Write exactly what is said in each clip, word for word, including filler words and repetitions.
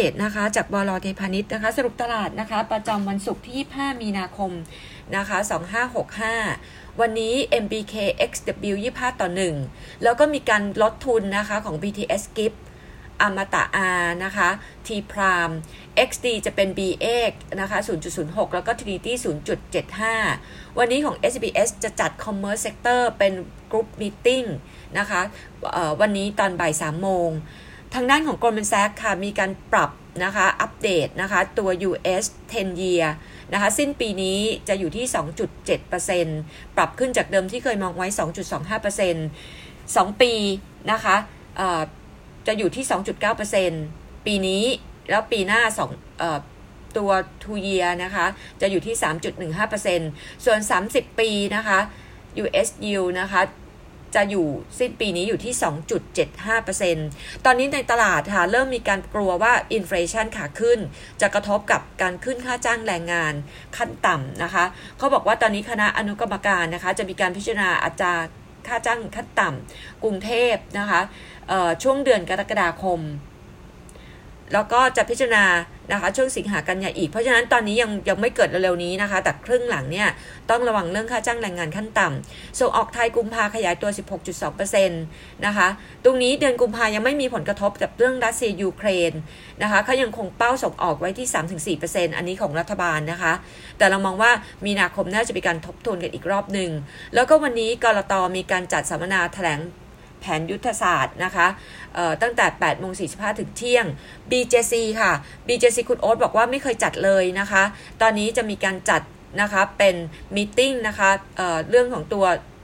ตนะคะจากบล.ไทยพาณิชย์นะคะสรุปตลาดนะคะประจำวันศุกร์ที่ยี่สิบห้ามีนาคมนะคะสองพันห้าร้อยหกสิบห้าวันนี้ เอ็ม บี เค เอ็กซ์ ดับเบิลยู ยี่สิบห้าต่อหนึ่งแล้วก็มีการลดทุนนะคะของ บี ที เอส Gift อมตะ R นะคะ T Prime เอ็กซ์ ดี จะเป็น บี เอ็กซ์ นะคะ ศูนย์จุดศูนย์หก แล้วก็ Trinity ศูนย์จุดเจ็ดห้า วันนี้ของ เอส บี เอส จะจัด Commerce Sector เป็น Group Meeting นะคะวันนี้ตอนบ่ายสามโมงทางด้านของ Goldman Sachs ค่ะมีการปรับนะคะอัปเดตนะคะตัว ยู เอส สิบ year นะคะสิ้นปีนี้จะอยู่ที่ สองจุดเจ็ดเปอร์เซ็นต์ ปรับขึ้นจากเดิมที่เคยมองไว้ สองจุดสองห้าเปอร์เซ็นต์ สองปีนะคะเอ่อจะอยู่ที่ สองจุดเก้าเปอร์เซ็นต์ ปีนี้แล้วปีหน้าสองเอ่อตัว two year นะคะจะอยู่ที่ สามจุดหนึ่งห้าเปอร์เซ็นต์ ส่วนสามสิบปีนะคะ ยู เอส Yield นะคะจะอยู่สิ้นปีนี้อยู่ที่ สองจุดเจ็ดห้าเปอร์เซ็นต์ ตอนนี้ในตลาดค่ะเริ่มมีการกลัวว่าอินเฟลชันขาขึ้นจะกระทบกับการขึ้นค่าจ้างแรงงานขั้นต่ำนะคะเขาบอกว่าตอนนี้คณะอนุกรรมการนะคะจะมีการพิจารณาอัตราค่าจ้างขั้นต่ำกรุงเทพนะคะช่วงเดือนกรกฎาคมแล้วก็จะพิจารณานะคะช่วงสิงหากันยาอีกเพราะฉะนั้นตอนนี้ยังยังไม่เกิดเร็วๆนี้นะคะแต่ครึ่งหลังเนี่ยต้องระวังเรื่องค่าจ้างแรงงานขั้นต่ำส่งออกไทยกุมภาขยายตัว สิบหกจุดสองเปอร์เซ็นต์ นะคะตรงนี้เดือนกุมภายังไม่มีผลกระทบกับเรื่องรัสเซียยูเครนนะคะเขายังคงเป้าส่งออกไว้ที่ สามถึงสี่เปอร์เซ็นต์ อันนี้ของรัฐบาลนะคะแต่เรามองว่ามีนาคมน่าจะมีการทบทวนกันอีกรอบหนึ่งแล้วก็วันนี้กลต.มีการจัดสัมมนาแถลงแผนยุทธศาสตร์นะคะตั้งแต่ แปดโมงสี่สิบห้า ถึงเที่ยง บี เจ ซี ค่ะ บี เจ ซี คุณโอ๊ตบอกว่าไม่เคยจัดเลยนะคะตอนนี้จะมีการจัดนะคะเป็นมีตติ้งนะคะเอ่อเรื่องของตัว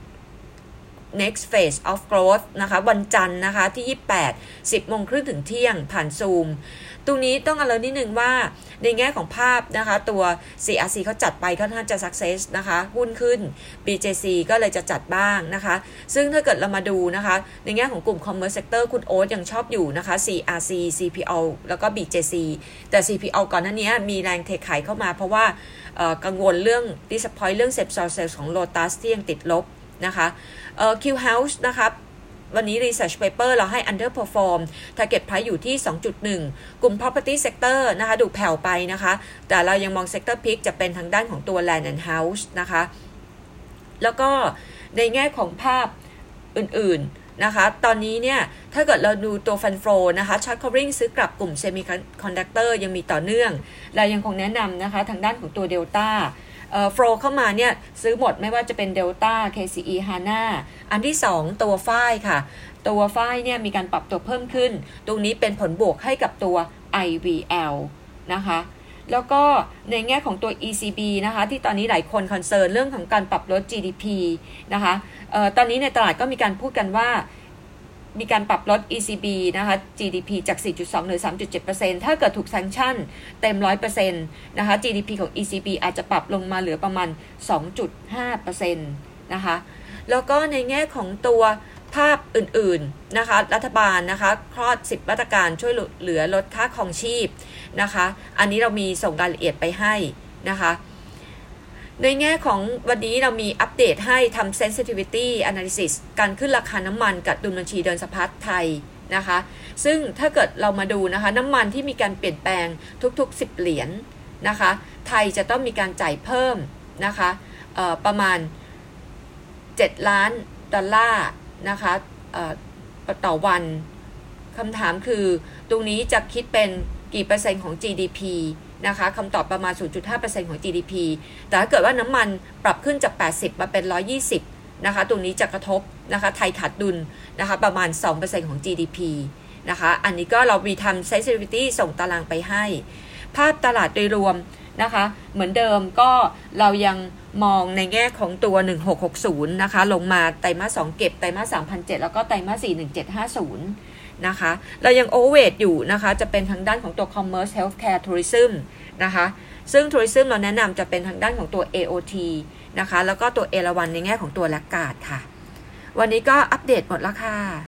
next phase of growth นะคะวันจันทร์นะคะที่ยี่สิบแปด สิบโมงครึ่งถึงเที่ยงผ่านซูมตรงนี้ต้องalertนิดนึงว่าในแง่ของภาพนะคะตัว ซี อาร์ ซี เขาจัดไปค่อนข้างจะ success นะคะหุ้นขึ้น บี เจ ซี ก็เลยจะจัดบ้างนะคะซึ่งถ้าเกิดเรามาดูนะคะในแง่ของกลุ่ม commerce sector คุณโอ๊ตยังชอบอยู่นะคะ ซี อาร์ ซี ซี พี โอ แล้วก็ บี เจ ซี แต่ ซี พี โอ ก่อนหน้านี้มีแรงเทขายเข้ามาเพราะว่ากังวลเรื่อง disappoint เรื่อง same-store sales ของ Lotus ที่ยังติดลบนะคะเอ่อ Q House นะคะวันนี้ research paper เราให้ underperform target price อยู่ที่ สองจุดหนึ่ง กลุ่ม property sector นะคะดูแผ่วไปนะคะแต่เรายังมอง sector pick จะเป็นทางด้านของตัว land and house นะคะแล้วก็ในแง่ของภาพอื่นๆนะคะตอนนี้เนี่ยถ้าเกิดเราดูตัว fund flow นะคะ short covering ซื้อกลับกลุ่ม semiconductor ยังมีต่อเนื่องเรายังคงแนะนำนะคะทางด้านของตัว Deltaเอ่อ flow เข้ามาเนี่ยซื้อหมดไม่ว่าจะเป็น Delta เค ซี อี Hana อันที่สองตัวฝ้ายค่ะตัวฝ้ายเนี่ยมีการปรับตัวเพิ่มขึ้นตรงนี้เป็นผลบวกให้กับตัว ไอ วี แอล นะคะแล้วก็ในแง่ของตัว อี ซี บี นะคะที่ตอนนี้หลายคนคอนเซิร์นเรื่องของการปรับลด จี ดี พี นะคะเอ่อตอนนี้ในตลาดก็มีการพูดกันว่ามีการปรับลด อี ซี บี นะคะ จี ดี พี จาก สี่จุดสอง หรือ สามจุดเจ็ดเปอร์เซ็นต์ ถ้าเกิดถูกแซงชั่นเต็ม หนึ่งร้อยเปอร์เซ็นต์ นะคะ จี ดี พี ของ อี ซี บี อาจจะปรับลงมาเหลือประมาณ สองจุดห้าเปอร์เซ็นต์ นะคะแล้วก็ในแง่ของตัวภาพอื่นๆนะคะรัฐบาลนะคะคลอดสิบมาตรการช่วยเหลือลดค่าครองชีพนะคะอันนี้เรามีส่งรายละเอียดไปให้นะคะในแง่ของวันนี้เรามีอัปเดตให้ทำ sensitivity analysis การขึ้นราคาน้ำมันกับดุลบัญชีเดินสะพัดไทยนะคะซึ่งถ้าเกิดเรามาดูนะคะน้ำมันที่มีการเปลี่ยนแปลงทุกๆสิบเหรียญ นะคะไทยจะต้องมีการจ่ายเพิ่มนะคะเอ่อประมาณเจ็ดล้านดอลลาร์นะคะเอ่อต่อวันคำถามคือตรงนี้จะคิดเป็นกี่เปอร์เซ็นต์ของ จี ดี พี นะคะคำตอบประมาณ ศูนย์จุดห้าเปอร์เซ็นต์ ของ จี ดี พี แต่ถ้าเกิดว่าน้ำมันปรับขึ้นจากแปดสิบมาเป็นหนึ่งร้อยยี่สิบนะคะตรงนี้จะกระทบนะคะไทยขาดดุลนะคะประมาณ สองเปอร์เซ็นต์ ของ จี ดี พี นะคะอันนี้ก็เรามีทำ sensitivity ส่งตารางไปให้ภาพตลาดโดยรวมนะคะเหมือนเดิมก็เรายังมองในแง่ของตัวหนึ่งหกหกศูนย์นะคะลงมาไตรมาสสองเก็บไตรมาส สามพันเจ็ดร้อย แล้วก็ไตรมาสสี่หนึ่งเจ็ดห้าศูนย์นะคะเรายังโอเวอร์เวทอยู่นะคะจะเป็นทางด้านของตัว commerce healthcare tourism นะคะซึ่ง tourism เราแนะนำจะเป็นทางด้านของตัว เอ โอ ที นะคะแล้วก็ตัวเอราวัณในแง่ของตัวแลกการ์ดค่ะวันนี้ก็อัปเดตหมดแล้วค่ะ